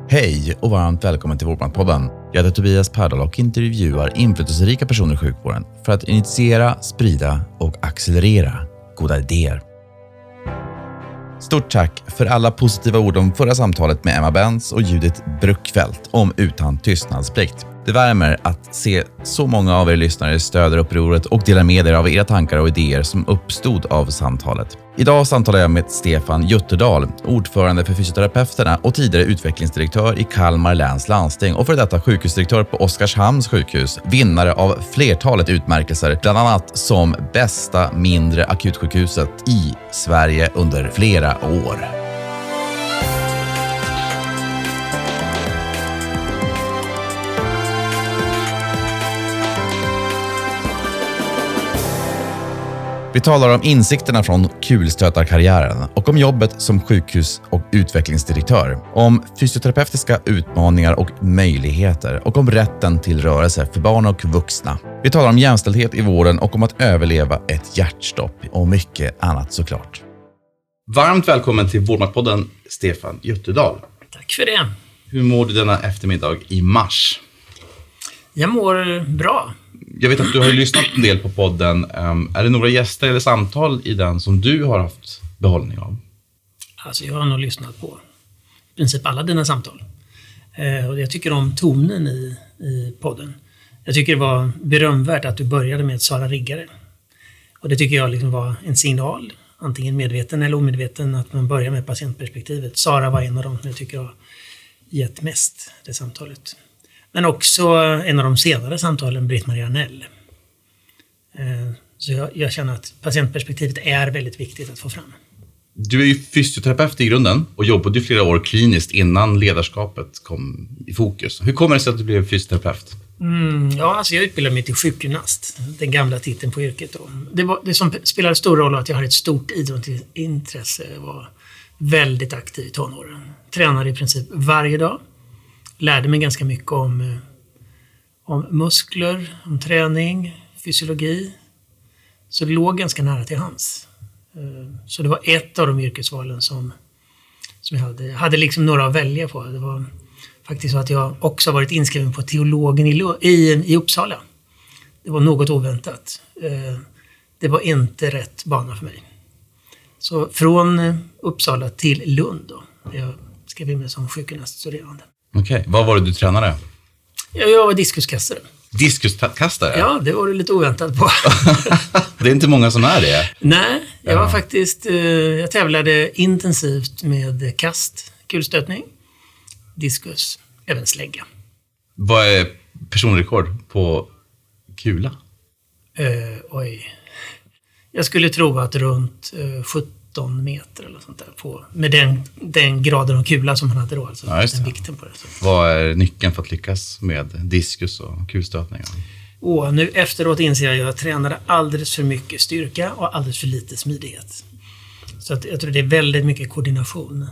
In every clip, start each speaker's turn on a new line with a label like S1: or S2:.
S1: Hej och varmt välkommen till Vårdmatpodden. Jag heter Tobias Perdal och intervjuar inflytelserika personer i sjukvården för att initiera, sprida och accelerera goda idéer. Stort tack för alla positiva ord om förra samtalet med Emma Benz och Judith Bruckfeldt om utan tystnadsplikt. Det värmer att se så många av er lyssnare stöder upproret och delar med er av era tankar och idéer som uppstod av samtalet. Idag samtalar jag med Stefan Jutterdal, ordförande för fysioterapeuterna och tidigare utvecklingsdirektör i Kalmar läns landsting och för detta sjukhusdirektör på Oskarshamns sjukhus, vinnare av flertalet utmärkelser, bland annat som bästa mindre akutsjukhuset i Sverige under flera år. Vi talar om insikterna från kulstötarkarriären och om jobbet som sjukhus- och utvecklingsdirektör. Om fysioterapeutiska utmaningar och möjligheter och om rätten till rörelse för barn och vuxna. Vi talar om jämställdhet i vården och om att överleva ett hjärtstopp och mycket annat såklart. Varmt välkommen till Vårdmatpodden, Stefan Jutterdal.
S2: Tack för det.
S1: Hur mår du denna eftermiddag i mars?
S2: Jag mår bra.
S1: Jag vet att du har lyssnat en del på podden. Är det några gäster eller samtal i den som du har haft behållning av?
S2: Alltså jag har nog lyssnat på i princip alla dina samtal. Och jag tycker om tonen i podden. Jag tycker det var berömvärt att du började med Sara Riggare. Och det tycker jag liksom var en signal, antingen medveten eller omedveten, att man börjar med patientperspektivet. Sara var en av dem som jag tycker har gett mest det samtalet. Men också en av de senare samtalen, Britt-Marie Arnell. Så jag känner att patientperspektivet är väldigt viktigt att få fram.
S1: Du är ju fysioterapeut i grunden och jobbade flera år kliniskt innan ledarskapet kom i fokus. Hur kommer det sig att du blev fysioterapeut?
S2: Alltså jag utbildade mig till sjukgymnast, den gamla titeln på yrket. Då. Det som spelade stor roll var att jag hade ett stort idrottsintresse. Jag var väldigt aktiv i tonåren. Tränade i princip varje dag. Lärde mig ganska mycket om muskler, om träning, fysiologi. Så det låg ganska nära till hands. Så det var ett av de yrkesvalen som jag hade. Jag hade liksom några att välja på. Det var faktiskt så att jag också varit inskriven på teologen i Uppsala. Det var något oväntat. Det var inte rätt bana för mig. Så från Uppsala till Lund då. Jag skrev in mig som sjukgymnaststuderande.
S1: Okej, vad var det du tränade?
S2: Jag var diskuskastare.
S1: Diskuskastare?
S2: Ja, det var du lite oväntat på.
S1: Det är inte många som är det.
S2: Nej, jag var faktiskt... Jag tävlade intensivt med kast, kulstötning, diskus, även slägga.
S1: Vad är personrekord på kula?
S2: Jag skulle tro att runt 17 meter eller sånt där med den graden av kula som han hade då, alltså den vikten på det. Så.
S1: Vad är nyckeln för att lyckas med diskus och kulstötningar?
S2: Nu efteråt inser jag att jag tränade alldeles för mycket styrka och alldeles för lite smidighet. Så att jag tror det är väldigt mycket koordination.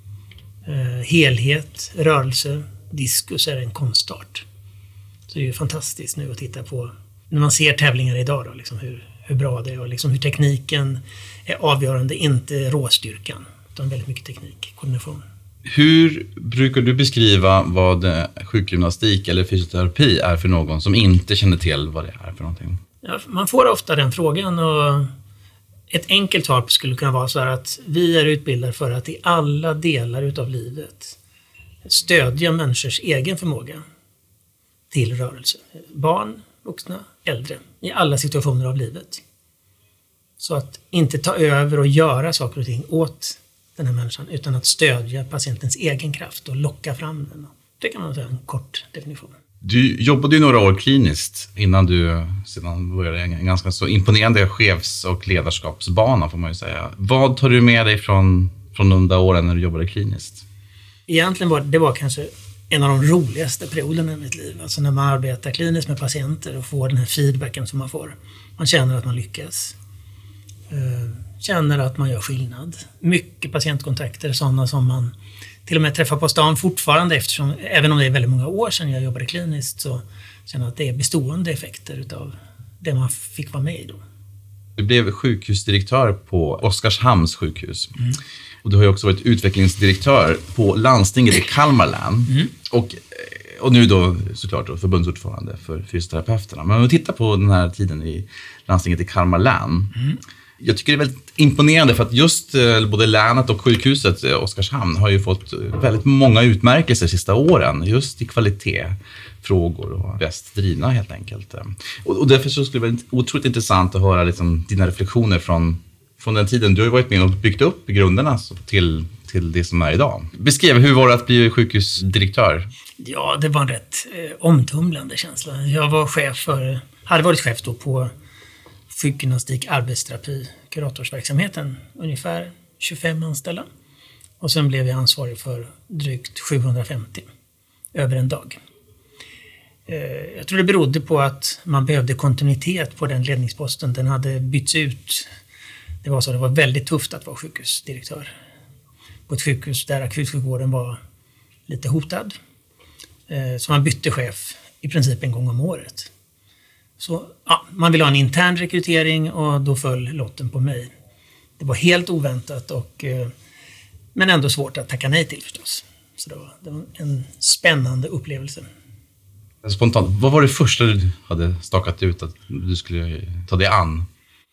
S2: Helhet, rörelse, diskus är en konstart. Så det är ju fantastiskt nu att titta på när man ser tävlingar idag då, liksom hur bra det är och liksom hur tekniken är avgörande, inte råstyrkan, utan väldigt mycket teknik, koordination.
S1: Hur brukar du beskriva vad sjukgymnastik eller fysioterapi är för någon som inte känner till vad det är för någonting?
S2: Ja, man får ofta den frågan och ett enkelt svar skulle kunna vara så här att vi är utbildade för att i alla delar utav livet stödja människors egen förmåga till rörelse. Barn, vuxna, äldre, i alla situationer av livet. Så att inte ta över och göra saker och ting åt den här människan utan att stödja patientens egen kraft och locka fram den. Det kan man säga en kort definition.
S1: Du jobbade ju några år kliniskt innan du sedan började en ganska så imponerande chefs- och ledarskapsbana får man ju säga. Vad tar du med dig från de där åren när du jobbade kliniskt?
S2: Egentligen det var kanske en av de roligaste perioderna i mitt liv. Alltså när man arbetar kliniskt med patienter och får den här feedbacken som man får. Man känner att man lyckas. Känner att man gör skillnad. Mycket patientkontakter, sådana som man till och med träffar på stan fortfarande eftersom, även om det är väldigt många år sedan jag jobbade kliniskt så känner jag att det är bestående effekter utav det man fick vara med i då.
S1: Du blev sjukhusdirektör på Oskarshamns sjukhus. Och du har ju också varit utvecklingsdirektör på landstinget i Kalmar län. Och nu då såklart då förbundsordförande för fysioterapeuterna. Men om vi tittar på den här tiden i landstinget i Kalmar län. Jag tycker det är väldigt imponerande för att just både länet och sjukhuset Oskarshamn har ju fått väldigt många utmärkelser sista åren. Just i kvalitetsfrågor och bäst drivna helt enkelt. Och därför så skulle det vara otroligt intressant att höra liksom dina reflektioner från den tiden. Du har ju varit med och byggt upp grunderna till det som är idag. Beskriv, hur var det att bli sjukhusdirektör?
S2: Ja, det var en rätt omtumlande känsla. Jag hade varit chef då på sjukgymnastik, arbetsterapi, kuratorsverksamheten, ungefär 25 anställda. Och sen blev jag ansvarig för drygt 750 över en dag. Jag tror det berodde på att man behövde kontinuitet på den ledningsposten. Den hade bytts ut. Det var väldigt tufft att vara sjukhusdirektör på ett sjukhus där akutsjukvården var lite hotad. Så man bytte chef i princip en gång om året. Så man ville ha en intern rekrytering och då föll lotten på mig. Det var helt oväntat men ändå svårt att tacka nej till förstås. Så det var en spännande upplevelse.
S1: Spontant, vad var det första du hade stakat ut att du skulle ta dig an?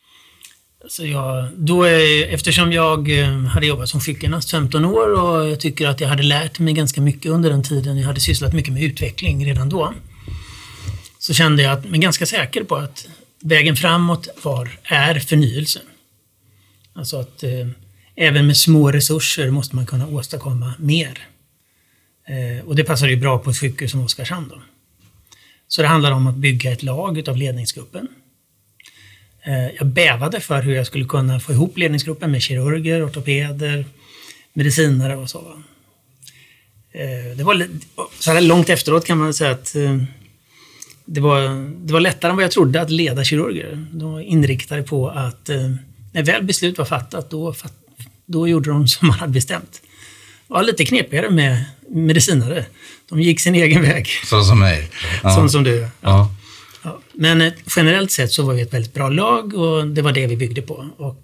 S2: Så eftersom jag hade jobbat som sjukgymnast 15 år och jag tycker att jag hade lärt mig ganska mycket under den tiden. Jag hade sysslat mycket med utveckling redan då. Så kände jag mig ganska säker på att vägen framåt är förnyelse. Alltså att även med små resurser måste man kunna åstadkomma mer. Och det passar ju bra på ett sjukhus som Oskarshamn då. Så det handlar om att bygga ett lag av ledningsgruppen. Jag bävade för hur jag skulle kunna få ihop ledningsgruppen med kirurger, ortopeder, medicinare och så. Det var så här långt efteråt kan man säga att det var lättare än vad jag trodde att leda kirurger. De var inriktade på att när väl beslut var fattat, då gjorde de som man hade bestämt. Det var lite knepigare med medicinare. De gick sin egen väg.
S1: Så som mig. Ja.
S2: Sån som du. Ja. Ja. Men generellt sett så var vi ett väldigt bra lag och det var det vi byggde på. Och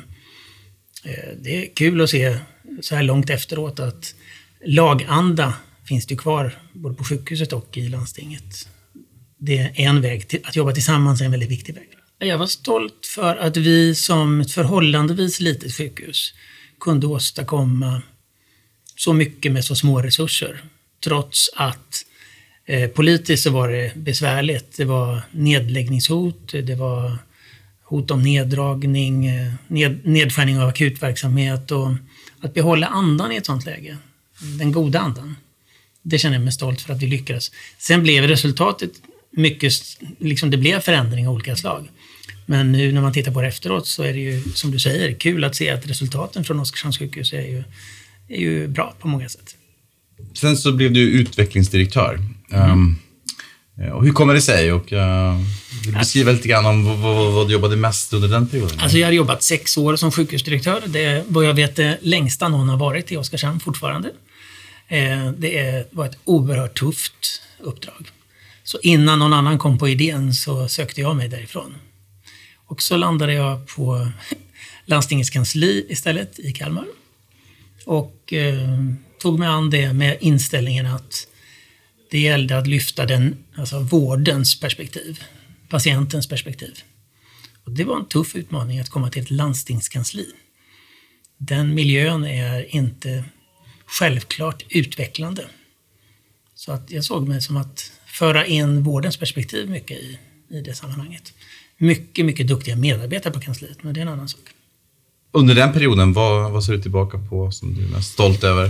S2: det är kul att se så här långt efteråt att laganda finns det ju kvar både på sjukhuset och i landstinget. Det är en väg att jobba tillsammans är en väldigt viktig väg. Jag var stolt för att vi som ett förhållandevis litet sjukhus kunde åstadkomma så mycket med så små resurser. Trots att politiskt så var det besvärligt. Det var nedläggningshot, det var hot om neddragning, nedskärning av akutverksamhet och att behålla andan i ett sånt läge. Den goda andan. Det känner jag mig stolt för att vi lyckades. Sen blev resultatet mycket, liksom det blev förändring av olika slag. Men nu när man tittar på det efteråt så är det ju, som du säger, kul att se att resultaten från Oskarshamns sjukhus är ju bra på många sätt.
S1: Sen så blev du utvecklingsdirektör. Och hur kommer det sig? Och beskriva lite grann om vad du jobbade mest under den perioden.
S2: Alltså jag har jobbat 6 år som sjukhusdirektör. Det är vad jag vet det längsta någon har varit i Oskarshamn fortfarande. Var ett oerhört tufft uppdrag. Så innan någon annan kom på idén så sökte jag mig därifrån. Och så landade jag på landstingets kansli istället i Kalmar. Och tog mig an det med inställningen att det gällde att lyfta vårdens perspektiv, patientens perspektiv. Och det var en tuff utmaning att komma till ett landstingskansli. Den miljön är inte självklart utvecklande. Så att jag såg mig som att föra in vårdens perspektiv mycket i det sammanhanget. Mycket, mycket duktiga medarbetare på kansliet, men det är en annan sak.
S1: Under den perioden, vad ser du tillbaka på som du är mest stolt över?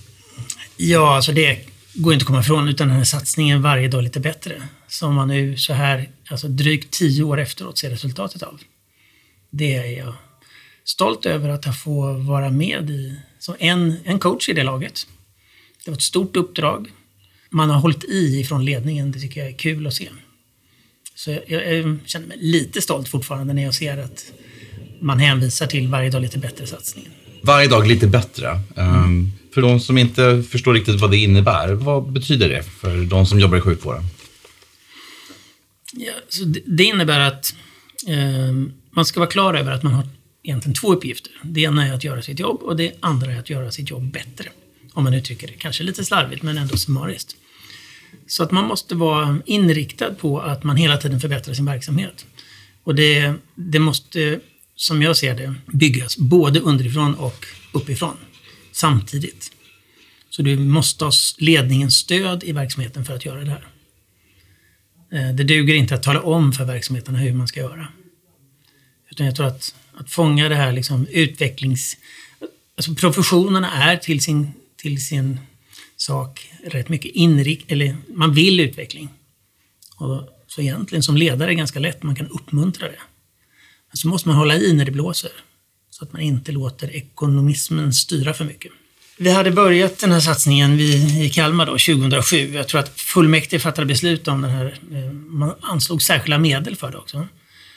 S2: Ja, alltså det går inte att komma ifrån utan den här satsningen varje dag lite bättre. Som man nu så här, alltså drygt 10 år efteråt ser resultatet av. Det är jag stolt över att få vara med i som en coach i det laget. Det var ett stort uppdrag. Man har hållit ifrån ledningen, det tycker jag är kul att se. Så jag känner mig lite stolt fortfarande när jag ser att man hänvisar till varje dag lite bättre satsningen. Varje dag lite bättre.
S1: För de som inte förstår riktigt vad det innebär, vad betyder det för de som jobbar i sjukvården?
S2: Ja, så det innebär att Man ska vara klar över att man har egentligen 2 uppgifter. Det ena är att göra sitt jobb och det andra är att göra sitt jobb bättre. Om man uttrycker det kanske lite slarvigt men ändå summariskt. Så att man måste vara inriktad på att man hela tiden förbättrar sin verksamhet. Och det måste, som jag ser det, byggas både underifrån och uppifrån samtidigt. Så du måste ha ledningens stöd i verksamheten för att göra det här. Det duger inte att tala om för verksamheterna hur man ska göra. Utan jag tror att fånga det här liksom alltså professionerna är till sin sak rätt mycket eller man vill utveckling. Och så egentligen som ledare är det ganska lätt, man kan uppmuntra det. Men så måste man hålla i när det blåser. Så att man inte låter ekonomismen styra för mycket. Vi hade börjat den här satsningen i Kalmar då, 2007. Jag tror att fullmäktige fattade beslut om den här. Man anslog särskilda medel för det också.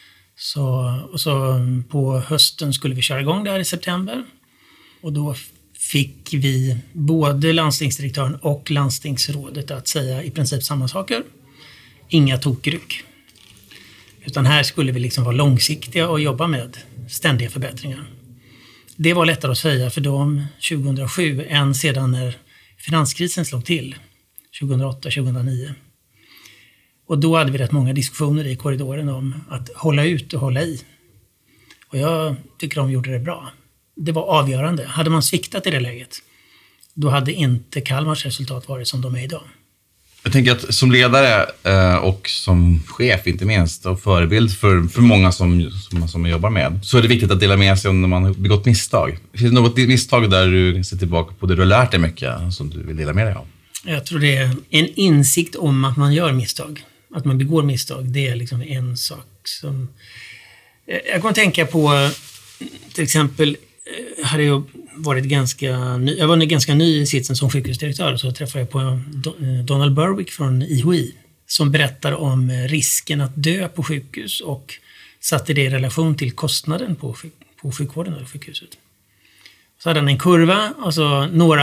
S2: Så på hösten skulle vi köra igång det här i september. Och då fick vi både landstingsdirektören och landstingsrådet att säga i princip samma saker. Inga tokryck. Utan här skulle vi liksom vara långsiktiga och jobba med ständiga förbättringar. Det var lättare att säga för dem 2007 än sedan när finanskrisen slog till 2008-2009. Och då hade vi rätt många diskussioner i korridoren om att hålla ut och hålla i. Och jag tycker de gjorde det bra. Det var avgörande. Hade man sviktat i det läget, då hade inte Kalmars resultat varit som de är idag.
S1: Jag tänker att som ledare och som chef inte minst och förebild för många som man jobbar med, så är det viktigt att dela med sig om när man har begått misstag. Finns det något misstag där du ser tillbaka på det du har lärt dig mycket som du vill dela med dig av?
S2: Jag tror det är en insikt om att man gör misstag. Att man begår misstag, det är liksom en sak som... Jag kan tänka på, till exempel, hade jag varit jag var ganska ny i sitsen som sjukhusdirektör, så träffade jag på Donald Berwick från IHI som berättar om risken att dö på sjukhus och satte det i relation till kostnaden på sjukvården eller sjukhuset. Så hade han en kurva, alltså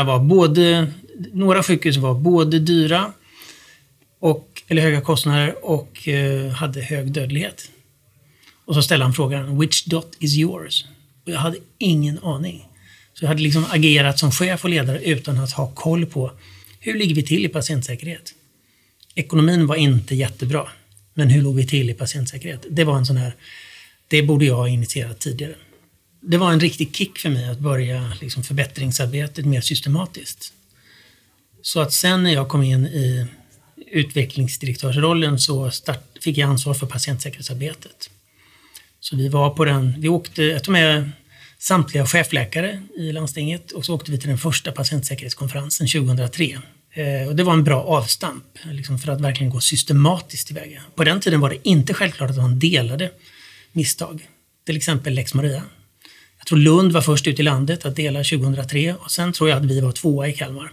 S2: några sjukhus var både dyra eller höga kostnader och hade hög dödlighet. Och så ställde han frågan, which dot is yours? Och jag hade ingen aning. Så jag hade liksom agerat som chef och ledare utan att ha koll på hur ligger vi till i patientsäkerhet. Ekonomin var inte jättebra, men hur låg vi till i patientsäkerhet? Det var en sån här, det borde jag ha initierat tidigare. Det var en riktig kick för mig att börja liksom förbättringsarbetet mer systematiskt. Så att sen när jag kom in i utvecklingsdirektörsrollen så fick jag ansvar för patientsäkerhetsarbetet. Så vi åkte, jag tror med samtliga chefläkare i landstinget, och så åkte vi till den första patientsäkerhetskonferensen 2003. Och det var en bra avstamp liksom för att verkligen gå systematiskt tillväga. På den tiden var det inte självklart att man delade misstag. Till exempel Lex Maria. Jag tror Lund var först ut i landet att dela 2003 och sen tror jag att vi var 2 i Kalmar.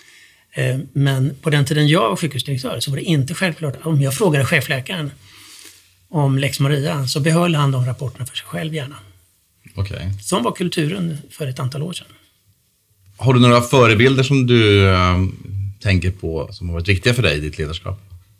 S2: Men på den tiden jag var sjukhusdirektör så var det inte självklart att om jag frågade chefläkaren om Lex Maria så behöll han de rapporterna för sig själv gärna.
S1: Okay.
S2: Som var kulturen för ett antal år sedan.
S1: Har du några förebilder som du tänker på som har varit viktiga för dig i ditt ledarskap?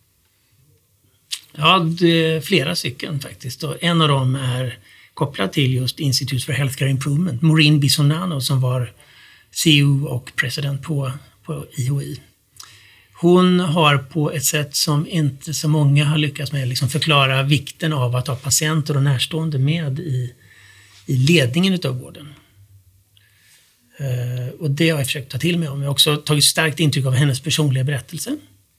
S2: Ja, det är flera stycken faktiskt. Och en av dem är kopplad till just Institute for Healthcare Improvement. Maureen Bisonano som var CEO och president på IHI. Hon har på ett sätt som inte så många har lyckats med liksom förklara vikten av att ha patienter och närstående med i ledningen av vården. Och det har jag försökt ta till mig om. Jag har också tagit starkt intryck av hennes personliga berättelse.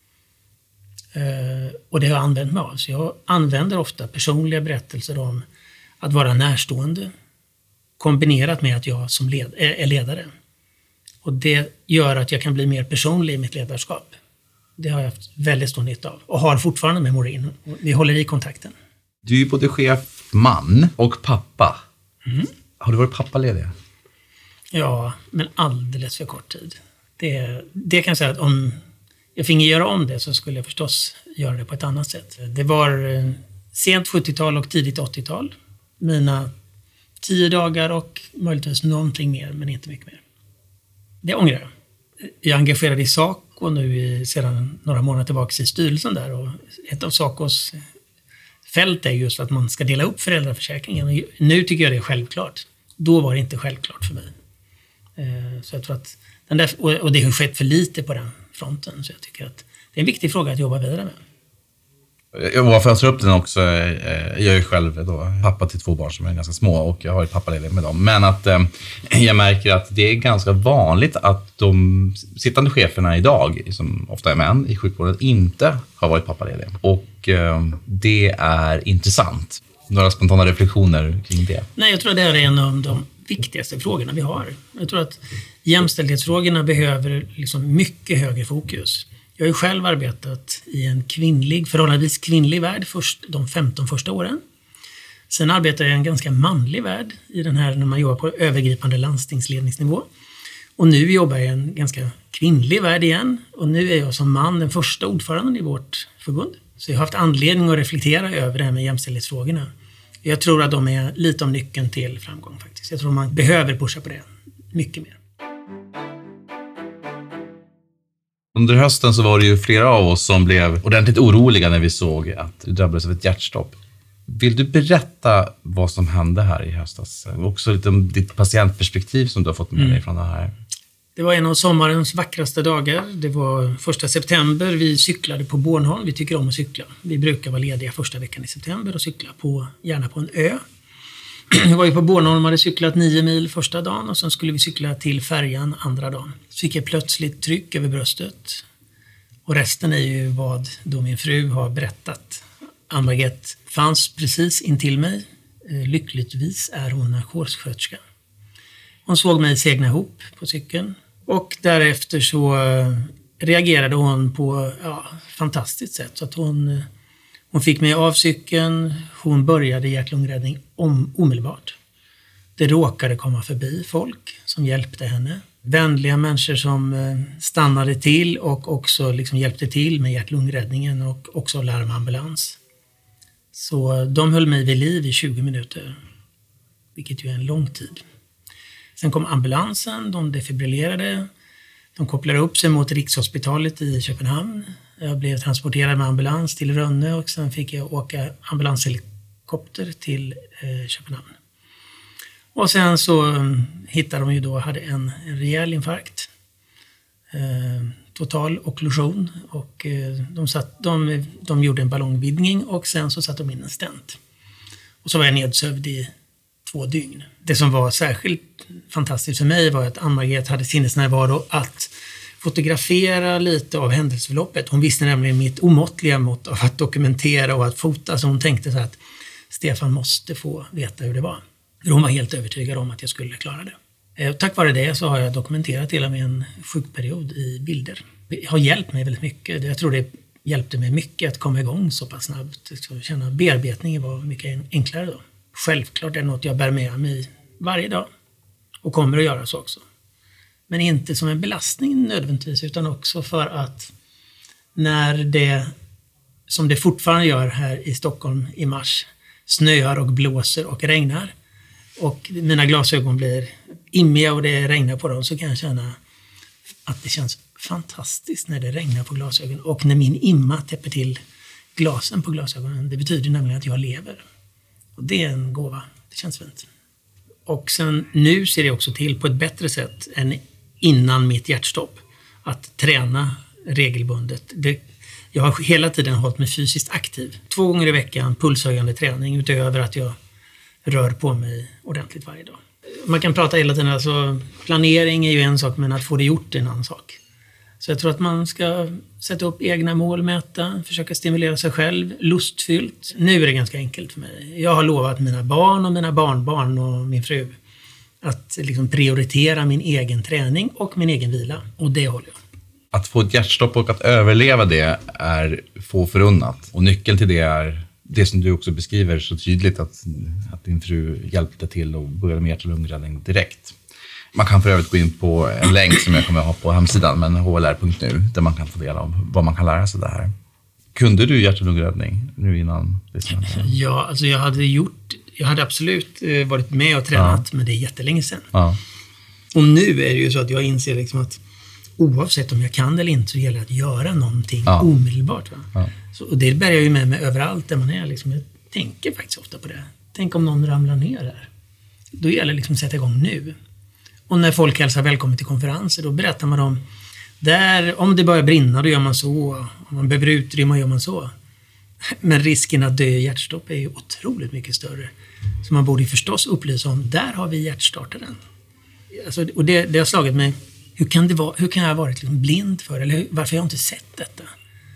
S2: Och det har jag använt mig av. Så jag använder ofta personliga berättelser om att vara närstående kombinerat med att jag som är ledare. Och det gör att jag kan bli mer personlig i mitt ledarskap. Det har jag haft väldigt stor nytta av. Och har fortfarande med Maureen. Vi håller i kontakten.
S1: Du är ju både chef, man och pappa. Mm. Har du varit pappaledig?
S2: Ja, men alldeles för kort tid. Det kan jag säga att om jag finge göra om det så skulle jag förstås göra det på ett annat sätt. Det var sent 70-tal och tidigt 80-tal. Mina 10 dagar och möjligtvis någonting mer, men inte mycket mer. Det ångrar jag. Jag är engagerad i Saco nu sedan några månader tillbaka i styrelsen där. Och ett av Sacos fält är just att man ska dela upp föräldraförsäkringen. Och nu tycker jag det är självklart. Då var det inte självklart för mig. Så jag tror att och det har skett för lite på den fronten. Så jag tycker att det är en viktig fråga att jobba vidare med.
S3: Varför jag tar upp den också, jag är ju själv då pappa till 2 barn som är ganska små och jag har ett pappaledig med dem. Men att jag märker att det är ganska vanligt att de sittande cheferna idag, som ofta är män i sjukvården, inte har varit pappalediga. Och det är intressant. Några spontana reflektioner kring det?
S2: Nej, jag tror att det är en av de viktigaste frågorna vi har. Jag tror att jämställdhetsfrågorna behöver liksom mycket högre fokus. Jag har ju själv arbetat i en förhållandevis kvinnlig värld de 15 första åren. Sen arbetade jag i en ganska manlig värld i den här när man jobbar på övergripande landstingsledningsnivå. Och nu jobbar jag i en ganska kvinnlig värld igen. Och nu är jag som man den första ordföranden i vårt förbund. Så jag har haft anledning att reflektera över det här med jämställdhetsfrågorna. Jag tror att de är lite om nyckeln till framgång faktiskt. Jag tror man behöver pusha på det mycket mer.
S3: Under hösten så var det ju flera av oss som blev ordentligt oroliga när vi såg att du drabbades av ett hjärtstopp. Vill du berätta vad som hände här i höstas? Också lite om ditt patientperspektiv som du har fått med dig från det här.
S2: Det var en av sommarens vackraste dagar. Det var 1 september. Vi cyklade på Bornholm. Vi tycker om att cykla. Vi brukar vara lediga första veckan i september och cykla gärna på en ö. Vi var ju på Bornholm och hade cyklat 9 mil första dagen och sen skulle vi cykla till färjan andra dagen. Så fick jag plötsligt tryck över bröstet. Och resten är ju vad då min fru har berättat. Ann-Margrethe fanns precis intill mig. Lyckligtvis är hon narkossköterska. Hon såg mig segna ihop på cykeln. Och därefter så reagerade hon på fantastiskt sätt. Så att hon fick mig av cykeln. Hon började hjärt-lungräddning omedelbart. Det råkade komma förbi folk som hjälpte henne. Vänliga människor som stannade till och också liksom hjälpte till med hjärt-lungräddningen och också larmambulans. Så de höll mig vid liv i 20 minuter. Vilket ju är en lång tid. Sen kom ambulansen, de defibrillerade. De kopplade upp sig mot Rikshospitalet i Köpenhamn. Jag blev transporterad med ambulans till Rönne och sen fick jag åka ambulanshelikopter till Köpenhamn. Och sen så hittade de ju då, hade en rejäl infarkt. Total okklusion och de gjorde en ballongvidgning och sen så satte de in en stent. Och så var jag nedsövd i 2 dygn. Det som var särskilt fantastiskt för mig var att Ann-Margrethe hade sinnesnärvaro att fotografera lite av händelseförloppet. Hon visste nämligen mitt omåttliga mått av att dokumentera och att fota, så hon tänkte så att Stefan måste få veta hur det var. För hon var helt övertygad om att jag skulle klara det. Och tack vare det så har jag dokumenterat hela min sjukperiod i bilder. Det har hjälpt mig väldigt mycket. Jag tror det hjälpte mig mycket att komma igång så pass snabbt. Jag känner att bearbetningen var mycket enklare då. Självklart är det något jag bär med mig varje dag och kommer att göra så också. Men inte som en belastning nödvändigtvis, utan också för att när det, som det fortfarande gör här i Stockholm i mars, snöar och blåser och regnar och mina glasögon blir immiga och det regnar på dem, så kan jag känna att det känns fantastiskt när det regnar på glasögon och när min imma täpper till glasen på glasögonen. Det betyder nämligen att jag lever. Och det är en gåva. Det känns fint. Och sen nu ser det också till på ett bättre sätt än innan mitt hjärtstopp att träna regelbundet. Jag har hela tiden hållit mig fysiskt aktiv. 2 gånger i veckan pulshöjande träning utöver att jag rör på mig ordentligt varje dag. Man kan prata hela tiden, alltså planering är ju en sak, men att få det gjort är en annan sak. Så jag tror att man ska sätta upp egna mål, mäta, försöka stimulera sig själv, lustfyllt. Nu är det ganska enkelt för mig. Jag har lovat mina barn och mina barnbarn och min fru att liksom prioritera min egen träning och min egen vila. Och det håller jag.
S3: Att få ett hjärtstopp och att överleva det är få förunnat. Och nyckeln till det är det som du också beskriver så tydligt, att din fru hjälpte till och började med hjärt-lungräddning direkt. Man kan för övrigt gå in på en länk som jag kommer att ha på hemsidan, men hlr.nu, där man kan få del av vad man kan lära sig det här. Kunde du hjärt-lungräddning nu innan?
S2: Ja, alltså jag hade absolut varit med och tränat, men det är jättelänge sedan. Ja. Och nu är det ju så att jag inser liksom att oavsett om jag kan eller inte så gäller det att göra någonting omedelbart. Va? Ja. Så, och det bär jag ju med mig överallt där man är. Liksom. tänker faktiskt ofta på det. Tänk om någon ramlar ner här. Då gäller det liksom att sätta igång nu. Och när folk hälsar välkommen till konferenser, då berättar man om om det börjar brinna, då gör man så. Om man behöver utrymma, gör man så. Men risken att dö i hjärtstopp är ju otroligt mycket större. Så man borde ju förstås upplysa om, där har vi hjärtstartaren. Alltså, och det har slagit mig, hur kan jag ha varit liksom blind för, eller varför har jag inte sett detta?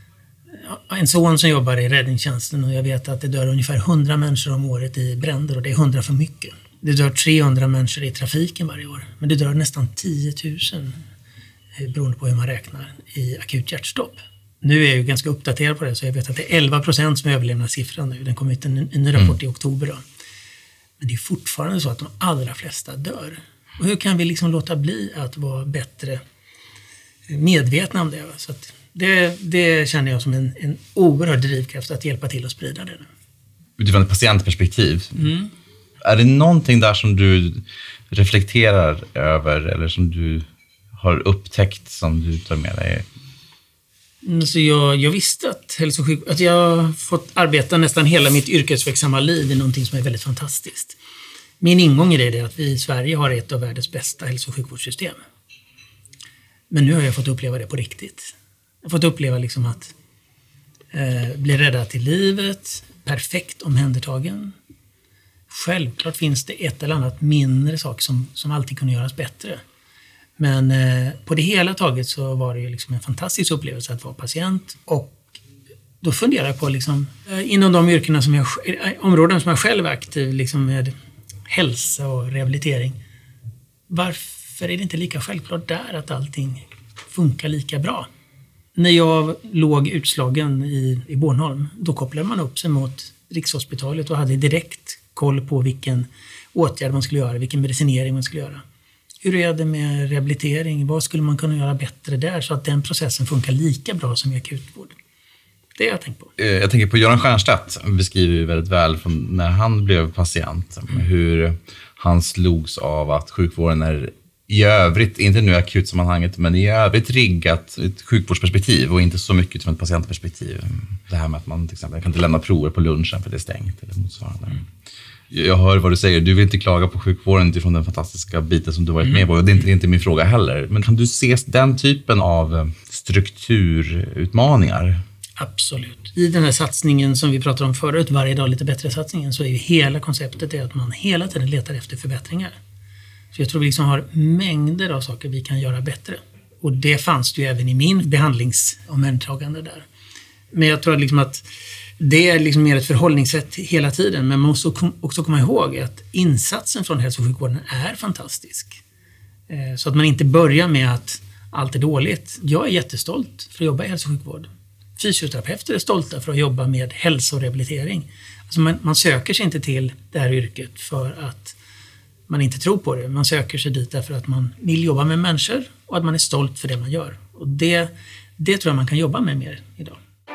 S2: En son som jobbar i räddningstjänsten, och jag vet att det dör ungefär 100 människor om året i bränder, och det är 100 för mycket. Det dör 300 människor i trafiken varje år, men det dör nästan 10 000, beroende på hur man räknar, i akut hjärtstopp. Nu är jag ju ganska uppdaterad på det, så jag vet att det är 11% som är överlevnadssiffran nu. Den kom ut en rapport i oktober då. Men det är fortfarande så att de allra flesta dör. Och hur kan vi liksom låta bli att vara bättre medvetna om det? Så att det känner jag som en oerhörd drivkraft att hjälpa till att sprida det.
S3: Utifrån ett patientperspektiv. Är det någonting där som du reflekterar över eller som du har upptäckt som du tar med dig?
S2: Så jag visste att jag har fått arbeta nästan hela mitt yrkesverksamma liv i någonting som är väldigt fantastiskt. Min ingång i det är att vi i Sverige har ett av världens bästa hälso- och sjukvårdssystem. Men nu har jag fått uppleva det på riktigt. Jag har fått uppleva liksom att bli räddad till livet, perfekt omhändertagen. Självklart finns det ett eller annat mindre sak som alltid kunde göras bättre. Men på det hela taget så var det ju liksom en fantastisk upplevelse att vara patient. Och då funderar jag på liksom, inom de yrkena områden som jag själv är aktiv liksom med hälsa och rehabilitering. Varför är det inte lika självklart där att allting funkar lika bra? När jag låg utslagen i Bornholm, då kopplade man upp sig mot Rikshospitalet och hade direkt koll på vilken åtgärd man skulle göra, vilken medicinering man skulle göra. Hur är det med rehabilitering? Vad skulle man kunna göra bättre där så att den processen funkar lika bra som i akutvård? Det har jag tänkt på.
S3: Jag tänker på Göran Stiernstedt, beskriver ju väldigt väl från när han blev patient. Hur han slogs av att sjukvården är i övrigt, inte nu i akutsammanhanget, men i övrigt riggat ett sjukvårdsperspektiv och inte så mycket från ett patientperspektiv. Det här med att man till exempel kan inte lämna prover på lunchen för det är stängt eller motsvarande. Jag hör vad du säger, du vill inte klaga på sjukvården utifrån den fantastiska biten som du varit med på. Och det är inte min fråga heller. Men kan du se den typen av strukturutmaningar?
S2: Absolut. I den här satsningen som vi pratade om förut, varje dag lite bättre satsningen, så är ju hela konceptet är att man hela tiden letar efter förbättringar. Så jag tror vi liksom har mängder av saker vi kan göra bättre. Och det fanns det ju även i min behandlingsomhändertagande där. Men jag tror liksom att det är liksom mer ett förhållningssätt hela tiden. Men man måste också komma ihåg att insatsen från hälso- och sjukvården är fantastisk. Så att man inte börjar med att allt är dåligt. Jag är jättestolt för att jobba i hälso- och sjukvård. Fysioterapeuter är stolta för att jobba med hälso- och rehabilitering. Alltså man söker sig inte till det här yrket för att man inte tror på det. Man söker sig dit därför att man vill jobba med människor och att man är stolt för det man gör. Och det tror jag man kan jobba med mer idag.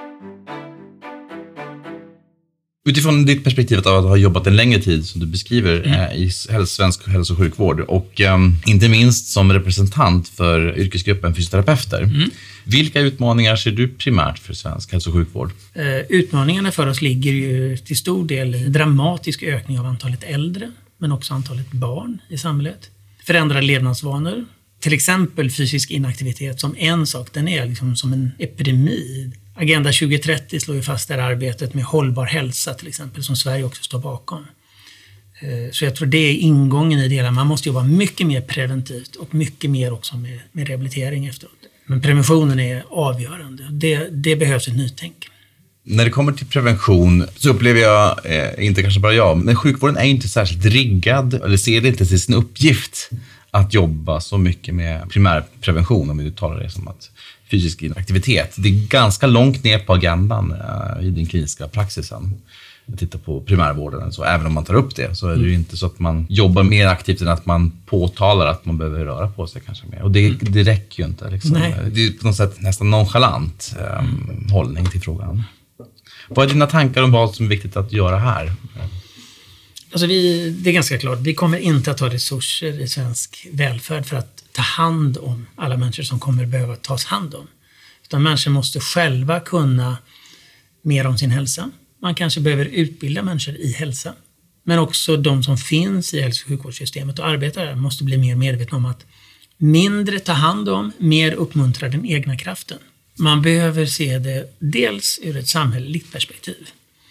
S3: Utifrån ditt perspektiv av att ha jobbat en längre tid som du beskriver i svensk hälso- och sjukvård och inte minst som representant för yrkesgruppen fysioterapeuter. Vilka utmaningar ser du primärt för svensk hälso- och sjukvård?
S2: Utmaningarna för oss ligger ju till stor del i dramatisk ökning av antalet äldre men också antalet barn i samhället. Förändrade levnadsvanor, till exempel fysisk inaktivitet som en sak, den är liksom som en epidemi. Agenda 2030 slår ju fast det här arbetet med hållbar hälsa till exempel, som Sverige också står bakom. Så jag tror det är ingången i det hela. Man måste jobba mycket mer preventivt och mycket mer också med rehabilitering efteråt. Men preventionen är avgörande. Det behövs ett nytänk.
S3: När det kommer till prevention så upplever jag, inte kanske bara jag, men sjukvården är inte särskilt riggad eller ser det inte till sin uppgift att jobba så mycket med primärprevention, om vi talar det som att fysisk aktivitet. Det är ganska långt ner på agendan i den kliniska praxisen. Jag tittar på primärvården, så även om man tar upp det så är det ju inte så att man jobbar mer aktivt än att man påtalar att man behöver röra på sig kanske mer. Och det räcker ju inte. Liksom. Det är på något sätt nästan nonchalant hållning till frågan. Vad är dina tankar om vad som är viktigt att göra här?
S2: Alltså det är ganska klart, vi kommer inte att ha resurser i svensk välfärd för att ta hand om alla människor som kommer behöva tas hand om. Utan människor måste själva kunna mer om sin hälsa. Man kanske behöver utbilda människor i hälsa. Men också de som finns i hälso- och sjukvårdssystemet och arbetar där måste bli mer medvetna om att mindre ta hand om, mer uppmuntra den egna kraften. Man behöver se det dels ur ett samhälleligt perspektiv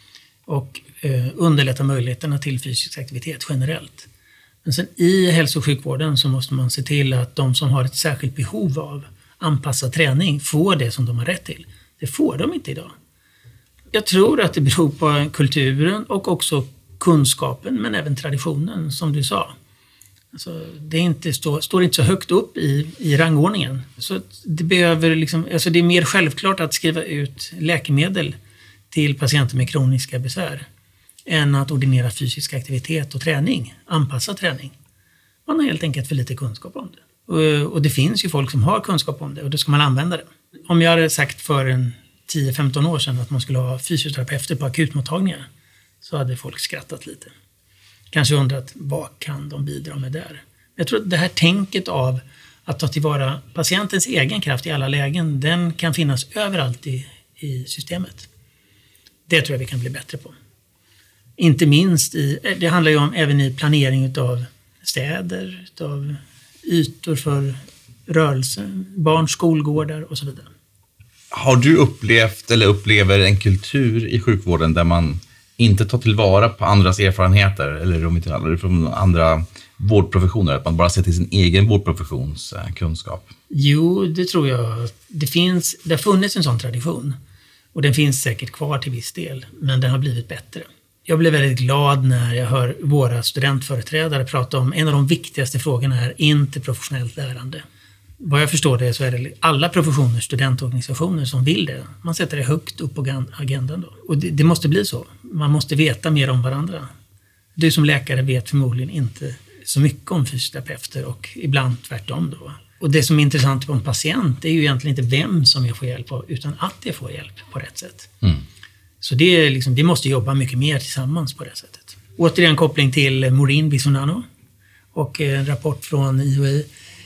S2: och underlätta möjligheterna till fysisk aktivitet generellt. Men sen i hälso- och sjukvården så måste man se till att de som har ett särskilt behov av anpassad träning får det som de har rätt till. Det får de inte idag. Jag tror att det beror på kulturen och också kunskapen, men även traditionen, som du sa. Alltså, det står inte så högt upp i rangordningen. Så det behöver det är mer självklart att skriva ut läkemedel till patienter med kroniska besvär än att ordinera fysisk aktivitet och träning, anpassad träning. Man har helt enkelt för lite kunskap om det. Och det finns ju folk som har kunskap om det och då ska man använda det. Om jag hade sagt för 10-15 år sedan att man skulle ha fysioterapeuter på akutmottagningar så hade folk skrattat lite. Kanske undrat, vad kan de bidra med där? Jag tror att det här tänket av att ta tillvara patientens egen kraft i alla lägen, den kan finnas överallt i systemet. Det tror jag vi kan bli bättre på. Inte minst det handlar ju om även i planering av städer, av ytor för rörelse, barns skolgårdar och så vidare.
S3: Har du upplevt eller upplever en kultur i sjukvården där man inte tar tillvara på andras erfarenheter eller om vi talar det från andra vårdprofessioner, att man bara ser till sin egen vårdprofessions kunskap?
S2: Jo, det tror jag. Det har funnits en sån tradition och den finns säkert kvar till viss del, men den har blivit bättre. Jag blev väldigt glad när jag hör våra studentföreträdare prata om en av de viktigaste frågorna är interprofessionellt lärande. Vad jag förstår det så är det alla professioner, studentorganisationer som vill det. Man sätter det högt upp på agendan då. Och det måste bli så. Man måste veta mer om varandra. Du som läkare vet förmodligen inte så mycket om fysioterapeuter och ibland tvärtom då. Och det som är intressant på en patient är ju egentligen inte vem som jag får hjälp av utan att jag får hjälp på rätt sätt. Mm. Så vi måste jobba mycket mer tillsammans på det sättet. Återigen koppling till Maureen Bisonano och en rapport från IHI.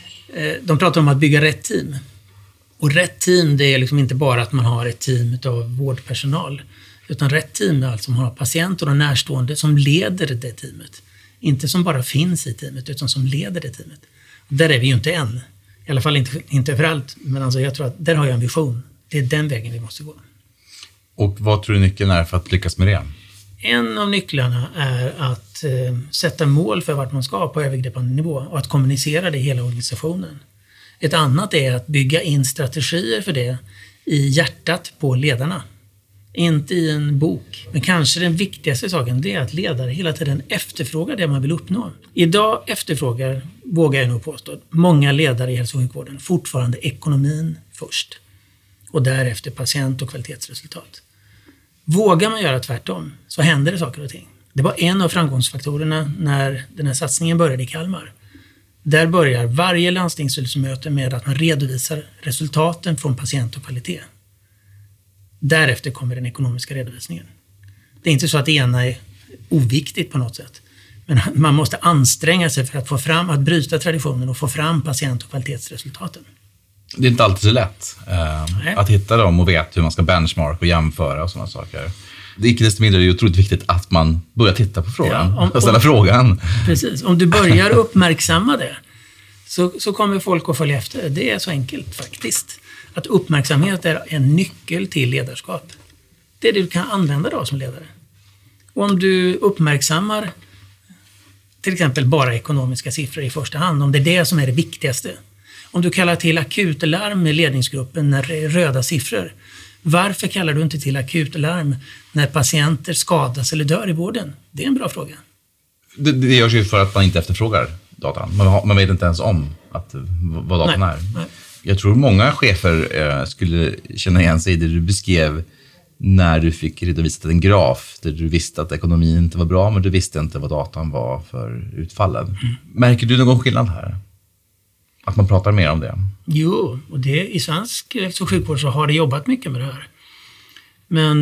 S2: De pratar om att bygga rätt team. Och rätt team, det är inte bara att man har ett team av vårdpersonal. Utan rätt team är alltså att man har patienter och närstående som leder det teamet. Inte som bara finns i teamet, utan som leder det teamet. Och där är vi ju inte än. I alla fall inte överallt. Men alltså jag tror att där har jag en vision. Det är den vägen vi måste gå.
S3: Och vad tror du nyckeln är för att lyckas med det?
S2: En av nycklarna är att sätta mål för vart man ska på övergripande nivå och att kommunicera det i hela organisationen. Ett annat är att bygga in strategier för det i hjärtat på ledarna. Inte i en bok. Men kanske den viktigaste saken det är att ledare hela tiden efterfrågar det man vill uppnå. Idag efterfrågar, vågar jag nog påstå, många ledare i hälso- och sjukvården fortfarande ekonomin först. Och därefter patient- och kvalitetsresultat. Vågar man göra tvärtom så händer det saker och ting. Det var en av framgångsfaktorerna när den här satsningen började i Kalmar. Där börjar varje landstingsstyrelsemöte med att man redovisar resultaten från patient och kvalitet. Därefter kommer den ekonomiska redovisningen. Det är inte så att det ena är oviktigt på något sätt. Men man måste anstränga sig för att bryta traditionen och få fram patient- och kvalitetsresultaten.
S3: Det är inte alltid så lätt att hitta dem och veta hur man ska benchmark och jämföra och sådana saker. Det är icke desto mindre otroligt viktigt att man börjar titta på frågan och ställa frågan.
S2: Precis, om du börjar uppmärksamma det så kommer folk att följa efter. Det är så enkelt faktiskt. Att uppmärksamhet är en nyckel till ledarskap. Det är det du kan använda då som ledare. Och om du uppmärksammar till exempel bara ekonomiska siffror i första hand, om det är det som är det viktigaste. Om du kallar till akutlarm med ledningsgruppen när det är röda siffror, varför kallar du inte till akutlarm när patienter skadas eller dör i vården? Det är en bra fråga.
S3: Det görs ju för att man inte efterfrågar datan. Man vet inte ens om vad datan är. Nej. Jag tror många chefer skulle känna igen sig i det du beskrev när du fick redovisat en graf där du visste att ekonomin inte var bra men du visste inte vad datan var för utfallen. Mm. Märker du någon skillnad här? Att man pratar mer om det? Jo, och i svensk sjukvård så har det jobbat mycket med det här. Men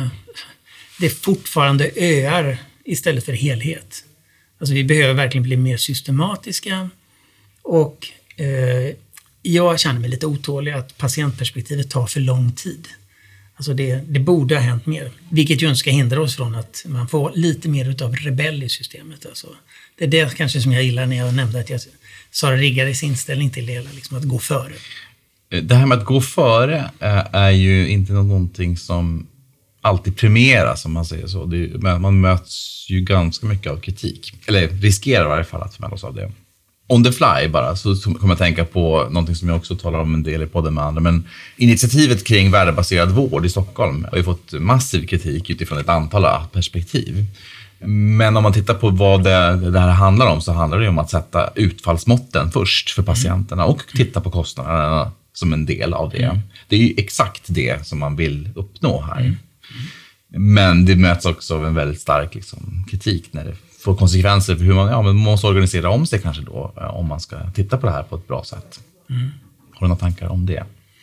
S3: det är fortfarande öar istället för helhet. Alltså vi behöver verkligen bli mer systematiska och jag känner mig lite otålig att patientperspektivet tar för lång tid.
S2: Alltså det borde ha hänt mer, vilket ju inte ska hindra oss från att man får lite mer utav rebell i systemet. Alltså, det är det kanske som jag gillar när jag nämnde att jag Sara Riggares inställning till det hela, liksom att gå före.
S3: Det här med att gå före är ju inte någonting som alltid premieras, om man säger så. Man möts ju ganska mycket av kritik. Eller riskerar i varje fall att förmällas av det. On the fly bara, så kommer jag tänka på någonting som jag också talar om en del i podden med andra. Men initiativet kring värdebaserad vård i Stockholm har ju fått massiv kritik utifrån ett antal perspektiv. Men om man tittar på vad det här handlar om, så handlar det om att sätta utfallsmåtten först för patienterna och titta på kostnaderna som en del av det. Det är ju exakt det som man vill uppnå här. Men det möts också av en väldigt stark kritik när det får konsekvenser för hur man måste organisera om sig kanske då, om man ska titta på det här på ett bra sätt. Har du några tankar om det?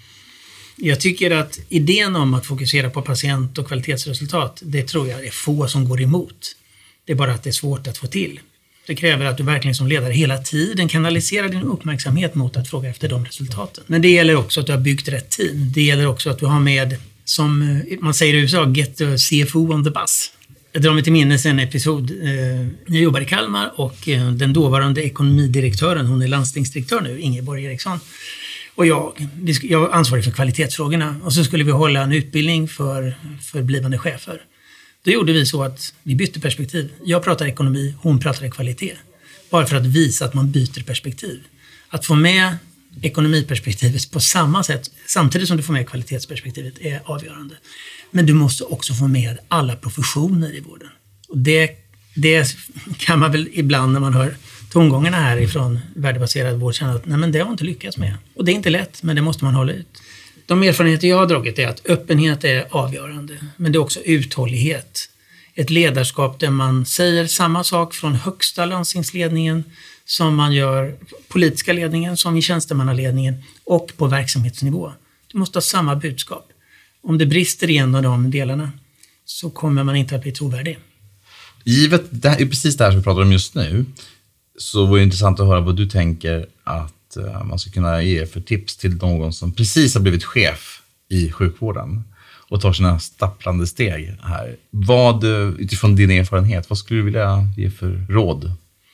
S2: Jag tycker att idén om att fokusera på patient- och kvalitetsresultat, det tror jag är få som går emot. Det är bara att det är svårt att få till. Det kräver att du verkligen som ledare hela tiden kanaliserar din uppmärksamhet mot att fråga efter de resultaten. Men det gäller också att du har byggt rätt team. Det gäller också att du har med, som man säger i USA, get the CFO on the bus. Jag drar mig till minnes en episod när jag jobbar i Kalmar och den dåvarande ekonomidirektören, hon är landstingsdirektör nu, Ingeborg Eriksson, och jag var ansvarig för kvalitetsfrågorna, och så skulle vi hålla en utbildning för blivande chefer. Då gjorde vi så att vi bytte perspektiv. Jag pratar ekonomi, hon pratar kvalitet. Bara för att visa att man byter perspektiv. Att få med ekonomiperspektivet på samma sätt, samtidigt som du får med kvalitetsperspektivet, är avgörande. Men du måste också få med alla professioner i vården. Och det kan man väl ibland, när man hör tongångarna här ifrån värdebaserad vård, känna att nej, men det har inte lyckats med. Och det är inte lätt, men det måste man hålla ut. De erfarenheter jag har dragit är att öppenhet är avgörande, men det är också uthållighet. Ett ledarskap där man säger samma sak från högsta landstingsledningen som man gör politiska ledningen, som i tjänstemannaledningen och på verksamhetsnivå. Du måste ha samma budskap. Om det brister i en av de delarna så kommer man inte att bli trovärdig.
S3: Givet det är precis det här som vi pratar om just nu, så var det intressant att höra vad du tänker att man ska kunna ge för tips till någon som precis har blivit chef i sjukvården och tar sina stapplande steg här. Vad, utifrån din erfarenhet, vad skulle du vilja ge för råd?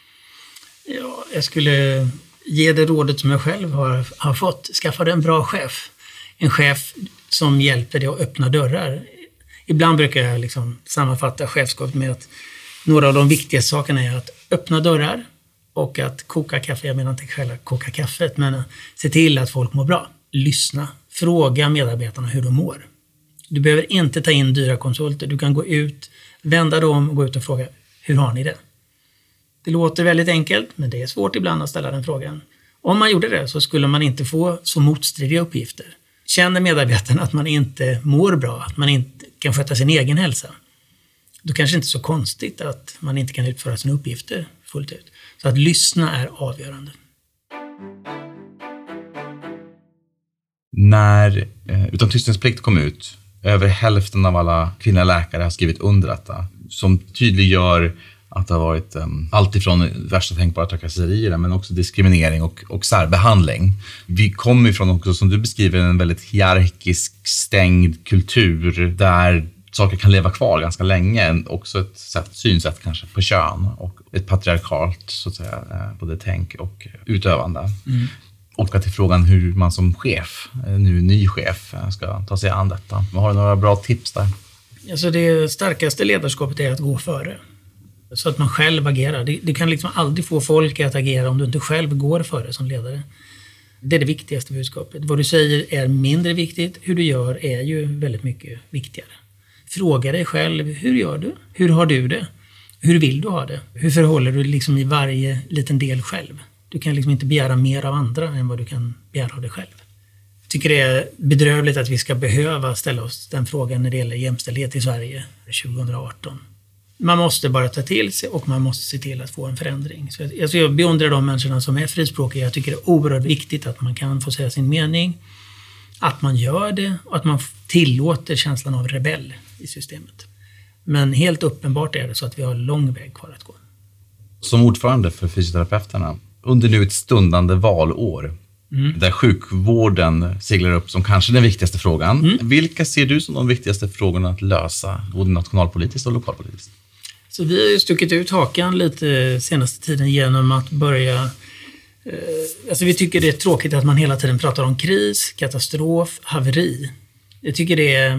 S2: Ja, jag skulle ge det rådet som jag själv har fått. Skaffa dig en bra chef. En chef som hjälper dig att öppna dörrar. Ibland brukar jag sammanfatta chefskap med att några av de viktigaste sakerna är att öppna dörrar och att koka kaffe. Jag menar inte själva koka kaffet, men se till att folk mår bra. Lyssna. Fråga medarbetarna hur de mår. Du behöver inte ta in dyra konsulter. Du kan gå ut, vända dem och gå ut och fråga, hur har ni det? Det låter väldigt enkelt, men det är svårt ibland att ställa den frågan. Om man gjorde det så skulle man inte få så motstridiga uppgifter. Känner medarbetarna att man inte mår bra, att man inte kan sköta sin egen hälsa, då kanske det inte är så konstigt att man inte kan utföra sina uppgifter fullt ut. Så att lyssna är avgörande.
S3: När Utan tystnadsplikt kom ut, över hälften av alla kvinnliga läkare har skrivit under detta, som tydliggör att det har varit allt ifrån värsta tänkbara trakasserier, men också diskriminering och särbehandling. Vi kommer ifrån också, som du beskriver, en väldigt hierarkisk, stängd kultur där saker kan leva kvar ganska länge. Också ett synsätt kanske på kön och ett patriarkalt, så att säga, både tänk och utövande. Och till frågan hur man som chef, nu ny chef, ska ta sig an detta. Har du några bra tips där?
S2: Alltså det starkaste ledarskapet är att gå före. Så att man själv agerar. Du kan aldrig få folk att agera om du inte själv går före som ledare. Det är det viktigaste budskapet. Vad du säger är mindre viktigt. Hur du gör är ju väldigt mycket viktigare. Fråga dig själv, hur gör du? Hur har du det? Hur vill du ha det? Hur förhåller du dig i varje liten del själv? Du kan inte begära mer av andra än vad du kan begära av dig själv. Jag tycker det är bedrövligt att vi ska behöva ställa oss den frågan när det gäller jämställdhet i Sverige 2018. Man måste bara ta till sig och man måste se till att få en förändring. Så jag beundrar de människorna som är frispråkiga. Jag tycker det är oerhört viktigt att man kan få säga sin mening, att man gör det och att man tillåter känslan av rebell i systemet. Men helt uppenbart är det så att vi har lång väg kvar att gå.
S3: Som ordförande för fysioterapeuterna, under nu ett stundande valår, där sjukvården seglar upp som kanske den viktigaste frågan. Vilka ser du som de viktigaste frågorna att lösa, både nationalpolitiskt och lokalpolitiskt?
S2: Så vi har ju stuckit ut hakan lite senaste tiden genom att börja... Alltså vi tycker det är tråkigt att man hela tiden pratar om kris, katastrof, haveri. Jag tycker det är...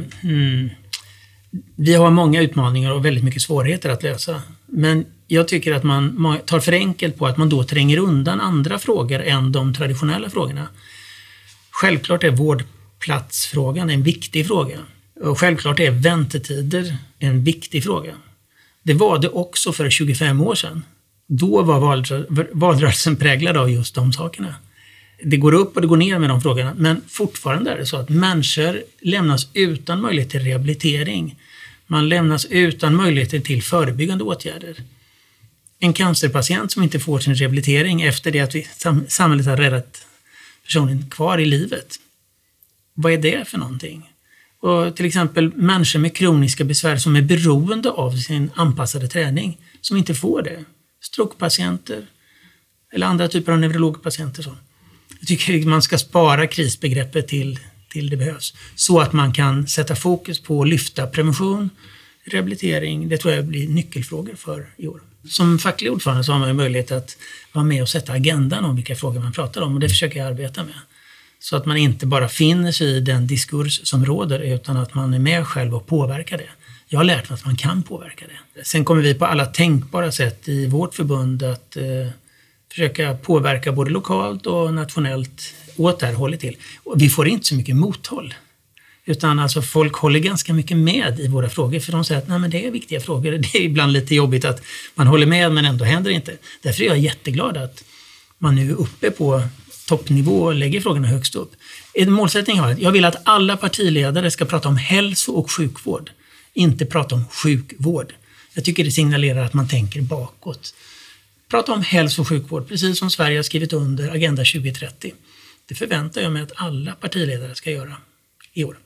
S2: Vi har många utmaningar och väldigt mycket svårigheter att lösa. Men jag tycker att man tar för enkelt på att man då tränger undan andra frågor än de traditionella frågorna. Självklart är vårdplatsfrågan en viktig fråga. Och självklart är väntetider en viktig fråga. Det var det också för 25 år sedan. Då var valrörelsen präglad av just de sakerna. Det går upp och det går ner med de frågorna. Men fortfarande är det så att människor lämnas utan möjlighet till rehabilitering. Man lämnas utan möjligheter till förebyggande åtgärder. En cancerpatient som inte får sin rehabilitering efter det att samhället har räddat personen kvar i livet. Vad är det för någonting? Och till exempel människor med kroniska besvär som är beroende av sin anpassade träning som inte får det. Strokepatienter eller andra typer av neurologpatienter. Så. Jag tycker man ska spara krisbegreppet till det behövs. Så att man kan sätta fokus på att lyfta prevention, rehabilitering. Det tror jag blir nyckelfrågor för i år. Som facklig ordförande så har man möjlighet att vara med och sätta agendan om vilka frågor man pratar om. Och det försöker jag arbeta med. Så att man inte bara finner sig i den diskurs som råder utan att man är med själv och påverkar det. Jag har lärt mig att man kan påverka det. Sen kommer vi på alla tänkbara sätt i vårt förbund att försöka påverka både lokalt och nationellt åt det här hållet till. Och vi får inte så mycket mothåll. Utan alltså folk håller ganska mycket med i våra frågor. För de säger att nej, men det är viktiga frågor. Det är ibland lite jobbigt att man håller med men ändå händer inte. Därför är jag jätteglad att man nu är uppe på toppnivå och lägger frågorna högst upp. En målsättning har jag vill att alla partiledare ska prata om hälso- och sjukvård. Inte prata om sjukvård. Jag tycker det signalerar att man tänker bakåt. Prata om hälso- och sjukvård, precis som Sverige har skrivit under Agenda 2030. Det förväntar jag mig att alla partiledare ska göra i år.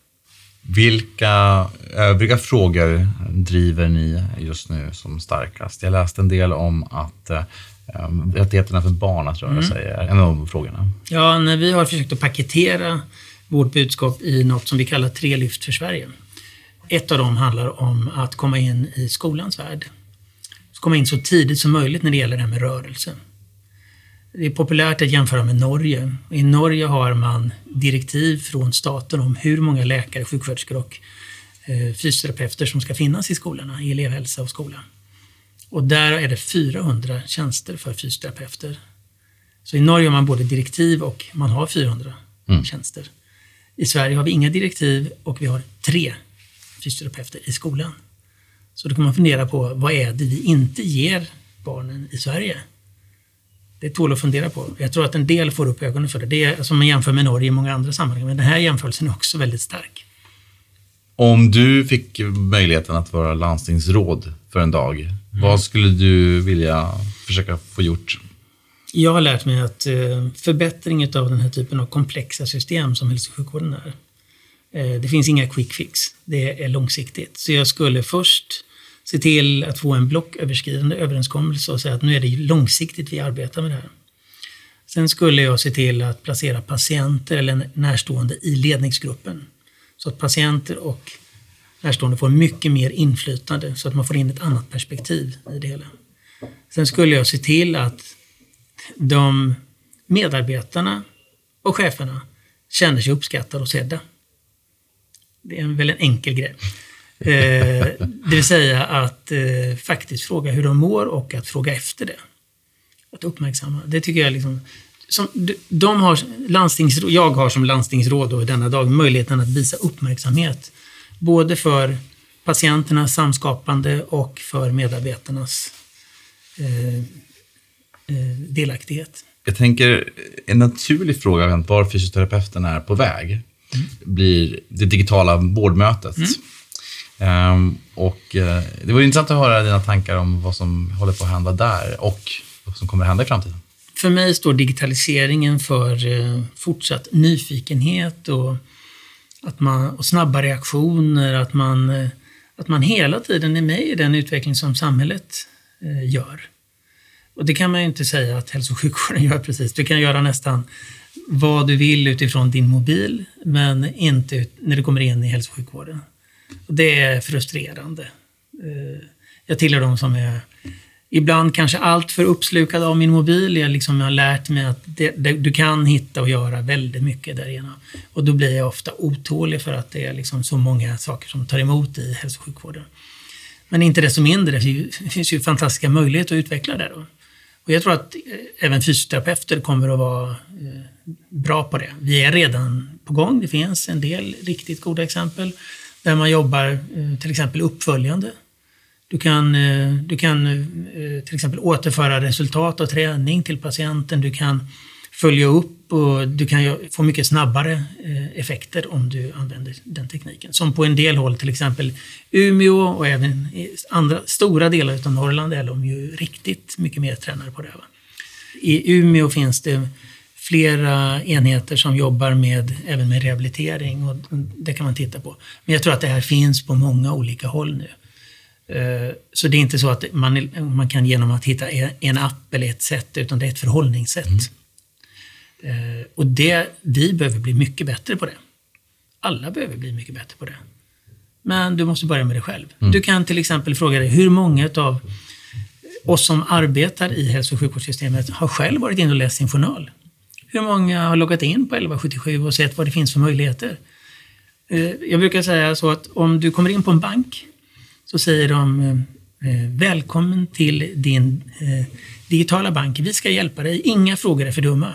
S3: Vilka övriga frågor driver ni just nu som starkast? Jag läste en del om att rättigheterna för barn att röra sig är en av de frågorna. Ja, när
S2: vi har försökt att paketera vårt budskap i något som vi kallar 3 lyft för Sverige. Ett av dem handlar om att komma in i skolans värld. Komma in så tidigt som möjligt när det gäller det här med rörelse. Det är populärt att jämföra med Norge. I Norge har man direktiv från staten om hur många läkare, sjuksköterskor och fysioterapeuter som ska finnas i skolorna, i elevhälsa och skola. Och där är det 400 tjänster för fysioterapeuter. Så i Norge har man både direktiv och man har 400 tjänster. I Sverige har vi inga direktiv och vi har 3 fysioterapeuter i skolan. Så då kan man fundera på vad är det vi inte ger barnen i Sverige? Det tål att fundera på. Jag tror att en del får upp ögonen för det. Det är som man jämför med Norge i många andra sammanhang. Men den här jämförelsen är också väldigt stark.
S3: Om du fick möjligheten att vara landstingsråd för en dag, vad skulle du vilja försöka få gjort?
S2: Jag har lärt mig att förbättring av den här typen av komplexa system som hälso- och sjukvården är. Det finns inga quick fix. Det är långsiktigt. Så jag skulle först se till att få en blocköverskridande överenskommelse och säga att nu är det långsiktigt vi arbetar med det här. Sen skulle jag se till att placera patienter eller närstående i ledningsgruppen. Så att patienter och närstående får mycket mer inflytande så att man får in ett annat perspektiv i det hela. Sen skulle jag se till att de medarbetarna och cheferna känner sig uppskattade och sedda. Det är väl en enkel grej. Det vill säga att faktiskt fråga hur de mår och att fråga efter det. Att uppmärksamma. Det tycker jag liksom... Jag har som landstingsråd då, denna dag möjligheten att visa uppmärksamhet. Både för patienternas samskapande och för medarbetarnas delaktighet.
S3: Jag tänker en naturlig fråga var fysioterapeuten är på väg blir det digitala vårdmötet. Och det var intressant att höra dina tankar om vad som håller på att hända där och vad som kommer att hända i framtiden.
S2: För mig står digitaliseringen för fortsatt nyfikenhet och snabba reaktioner, att man hela tiden är med i den utveckling som samhället gör. Och det kan man ju inte säga att hälso- och sjukvården gör precis. Det kan göra nästan vad du vill utifrån din mobil, men inte när du kommer in i hälso- och sjukvården. Och det är frustrerande. Jag tillhör de som är ibland kanske allt för uppslukad av min mobil. Jag har lärt mig att du kan hitta och göra väldigt mycket där inne. Och då blir jag ofta otålig för att det är så många saker som tar emot i hälso- och sjukvården. Men inte desto mindre, det finns ju fantastiska möjligheter att utveckla det då. Och jag tror att även fysioterapeuter kommer att vara bra på det. Vi är redan på gång. Det finns en del riktigt goda exempel där man jobbar till exempel uppföljande. Du kan till exempel återföra resultat av träning till patienten. Du kan följa upp och du kan få mycket snabbare effekter om du använder den tekniken. Som på en del håll, till exempel Umeå och även i andra stora delar av Norrland är de ju riktigt mycket mer tränare på det här. I Umeå finns det flera enheter som jobbar även med rehabilitering och det kan man titta på. Men jag tror att det här finns på många olika håll nu. Så det är inte så att man kan genom att hitta en app eller ett sätt, utan det är ett förhållningssätt. Och vi behöver bli mycket bättre på det. Alla behöver bli mycket bättre på det. Men du måste börja med dig själv. Du kan till exempel fråga dig hur många av oss som arbetar i hälso- och sjukvårdssystemet har själv varit in och läst sin journal. Hur många har loggat in på 1177 och sett vad det finns för möjligheter? Jag brukar säga så att om du kommer in på en bank så säger de välkommen till din digitala bank. Vi ska hjälpa dig. Inga frågor är för dumma.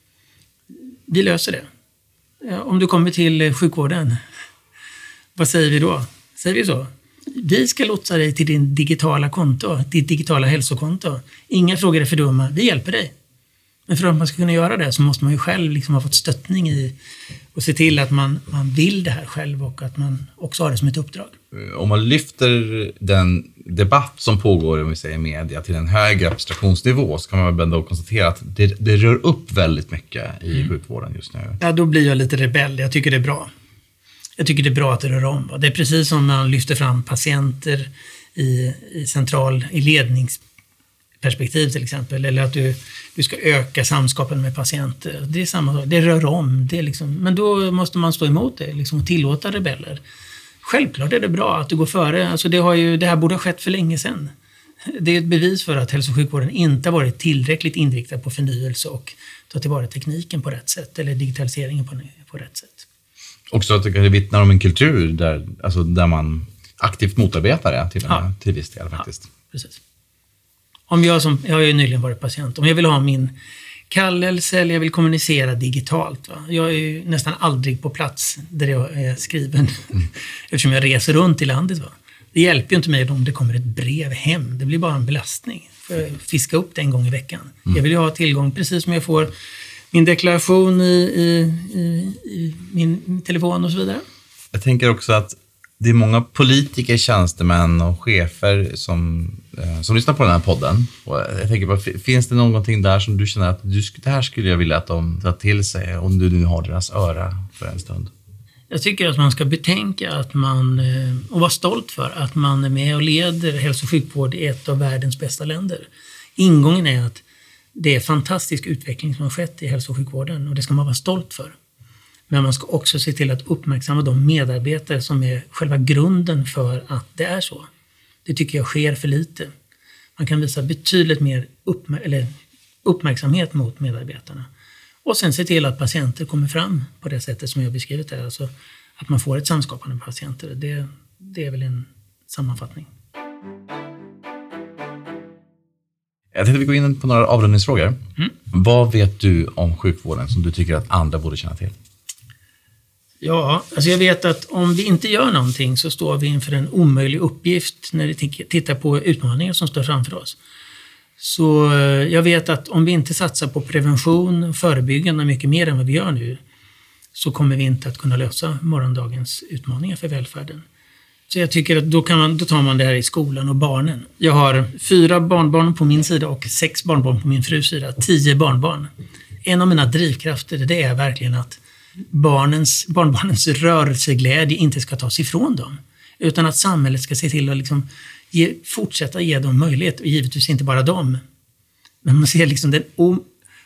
S2: Vi löser det. Om du kommer till sjukvården, vad säger vi då? Säger vi så? Vi ska lotsa dig till din digitala konto, ditt digitala hälsokonto. Inga frågor är för dumma. Vi hjälper dig. Men för att man ska kunna göra det så måste man ju själv ha fått stöttning i och se till att man vill det här själv och att man också har det som ett uppdrag.
S3: Om man lyfter den debatt som pågår om vi säger media till en högre abstraktionsnivå så kan man väl ändå konstatera att det rör upp väldigt mycket i sjukvården just nu.
S2: Ja, då blir jag lite rebell. Jag tycker det är bra. Jag tycker det är bra att det rör om. Det är precis som man lyfter fram patienter i ledningsperspektiv till exempel. Eller att du ska öka samskapen med patienter. Det är samma sak. Det rör om. Det är men då måste man stå emot det och tillåta rebeller. Självklart är det bra att du går före. Alltså det här borde ha skett för länge sedan. Det är ett bevis för att hälso- och sjukvården inte har varit tillräckligt inriktad på förnyelse och ta tillvara tekniken på rätt sätt eller digitaliseringen på rätt sätt.
S3: Också att det vittnar om en kultur där man aktivt motarbetar det till viss del faktiskt.
S2: Ja, precis. Jag har ju nyligen varit patient. Om jag vill ha min kallelse eller jag vill kommunicera digitalt. Jag är ju nästan aldrig på plats där jag är skriven eftersom jag reser runt i landet. Det hjälper ju inte mig om det kommer ett brev hem. Det blir bara en belastning. För jag fiska upp det en gång i veckan. Jag vill ju ha tillgång precis som jag får min deklaration i min telefon och så vidare.
S3: Jag tänker också att det är många politiker, tjänstemän och chefer som lyssnar på den här podden. Och jag tänker på, finns det någonting där som du känner att det här skulle jag vilja att de tar till sig om du nu har deras öra för en stund?
S2: Jag tycker att man ska betänka att och vara stolt för att man är med och leder hälso- och sjukvård i ett av världens bästa länder. Ingången är att det är fantastisk utveckling som har skett i hälso- och sjukvården och det ska man vara stolt för. Men man ska också se till att uppmärksamma de medarbetare som är själva grunden för att det är så. Det tycker jag sker för lite. Man kan visa betydligt mer uppmärksamhet mot medarbetarna. Och sen se till att patienter kommer fram på det sättet som jag har beskrivit här. Alltså att man får ett samskapande med patienter. Det är väl en sammanfattning.
S3: Jag tänkte vi går in på några avrundningsfrågor. Vad vet du om sjukvården som du tycker att andra borde känna till?
S2: Ja, alltså jag vet att om vi inte gör någonting så står vi inför en omöjlig uppgift när vi tittar på utmaningar som står framför oss. Så jag vet att om vi inte satsar på prevention och förebyggande mycket mer än vad vi gör nu så kommer vi inte att kunna lösa morgondagens utmaningar för välfärden. Så jag tycker att då tar man det här i skolan och barnen. Jag har 4 barnbarn på min sida och 6 barnbarn på min frus sida. 10 barnbarn. En av mina drivkrafter det är verkligen att barnbarnens rörelseglädje inte ska tas ifrån dem. Utan att samhället ska se till att fortsätta ge dem möjlighet. Och givetvis inte bara dem. Men man ser den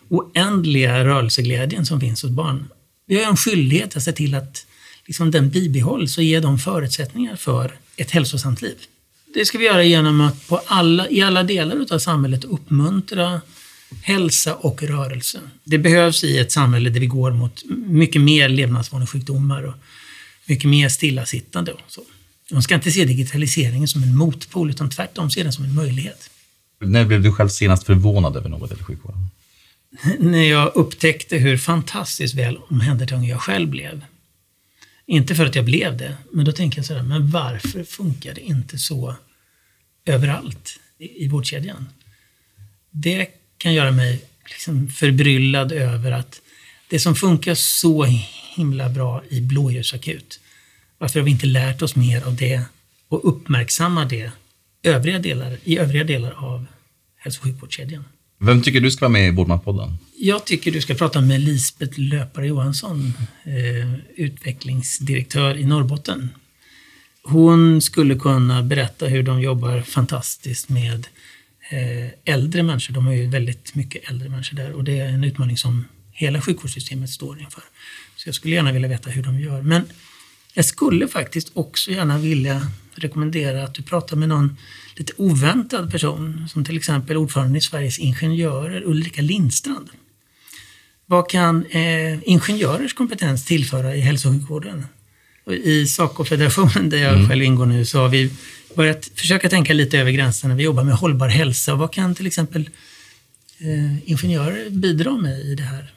S2: oändliga rörelseglädjen som finns hos barn. Vi har en skyldighet att se till att liksom den bibehålls och ge dem förutsättningar för ett hälsosamt liv. Det ska vi göra genom att i alla delar av samhället uppmuntra hälsa och rörelse. Det behövs i ett samhälle där vi går mot mycket mer levnadsvanliga sjukdomar och mycket mer stillasittande och så. Man ska inte se digitaliseringen som en motpol utan tvärtom se den som en möjlighet.
S3: När blev du själv senast förvånad över något i sjukvården?
S2: När jag upptäckte hur fantastiskt väl omhändertagen jag själv blev. Inte för att jag blev det, men då tänker jag så här, men varför funkar det inte så överallt i vårdkedjan? Det kan göra mig liksom förbryllad över att det som funkar så himla bra i blåljusakut, varför har vi inte lärt oss mer av det och uppmärksamma det i övriga delar av hälso- och sjukvårdskedjan?
S3: Vem tycker du ska vara med i Vårdmatpodden?
S2: Jag tycker du ska prata med Lisbeth Löpare Johansson, utvecklingsdirektör i Norrbotten. Hon skulle kunna berätta hur de jobbar fantastiskt med äldre människor. De har ju väldigt mycket äldre människor där och det är en utmaning som hela sjukvårdssystemet står inför. Så jag skulle gärna vilja veta hur de gör. Men jag skulle faktiskt också gärna vilja rekommendera att du pratar med någon lite oväntad person, som till exempel ordförande i Sveriges ingenjörer, Ulrika Lindstrand. Vad kan ingenjörers kompetens tillföra i hälso- och sjukvården? Och i SACO-federationen, där jag själv ingår nu, så har vi börjat försöka tänka lite över gränserna. Vi jobbar med hållbar hälsa. Vad kan till exempel ingenjörer bidra med i det här?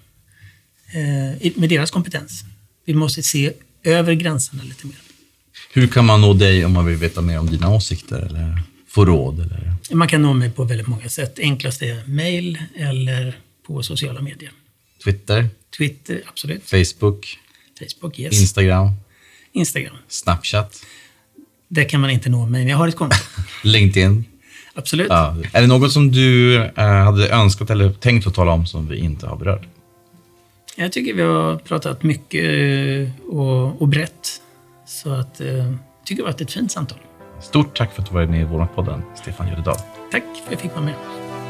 S2: Med deras kompetens. Vi måste se över gränserna lite mer.
S3: Hur kan man nå dig om man vill veta mer om dina åsikter eller få råd? Eller?
S2: Man kan nå mig på väldigt många sätt. Enklast är mail eller på sociala medier.
S3: Twitter,
S2: absolut.
S3: Facebook,
S2: yes.
S3: Instagram, Snapchat.
S2: Där kan man inte nå mig, men jag har ett konto.
S3: LinkedIn.
S2: Absolut.
S3: Ja. Är det något som du hade önskat eller tänkt att tala om som vi inte har berört?
S2: Jag tycker vi har pratat mycket och brett. Så att jag tycker det har varit ett fint samtal.
S3: Stort tack för att du var med i Vårdmatpodden, Stefan Juttedal.
S2: Tack för att jag fick vara med.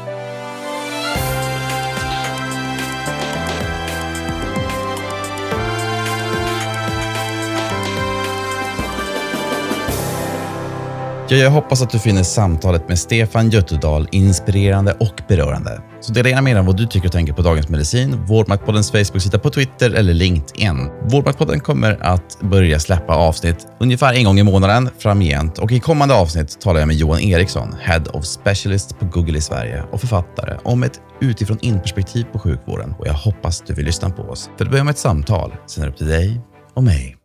S1: Jag hoppas att du finner samtalet med Stefan Juttedal inspirerande och berörande. Så dela gärna med dig om vad du tycker och tänker på Dagens Medicin, Vårdmatpoddens Facebook-sida på Twitter eller LinkedIn. Vårdmatpodden kommer att börja släppa avsnitt ungefär en gång i månaden framgent, och i kommande avsnitt talar jag med Johan Eriksson, Head of Specialist på Google i Sverige och författare, om ett utifrån in-perspektiv på sjukvården, och jag hoppas du vill lyssna på oss. För det börjar med ett samtal, sen är det upp till dig och mig.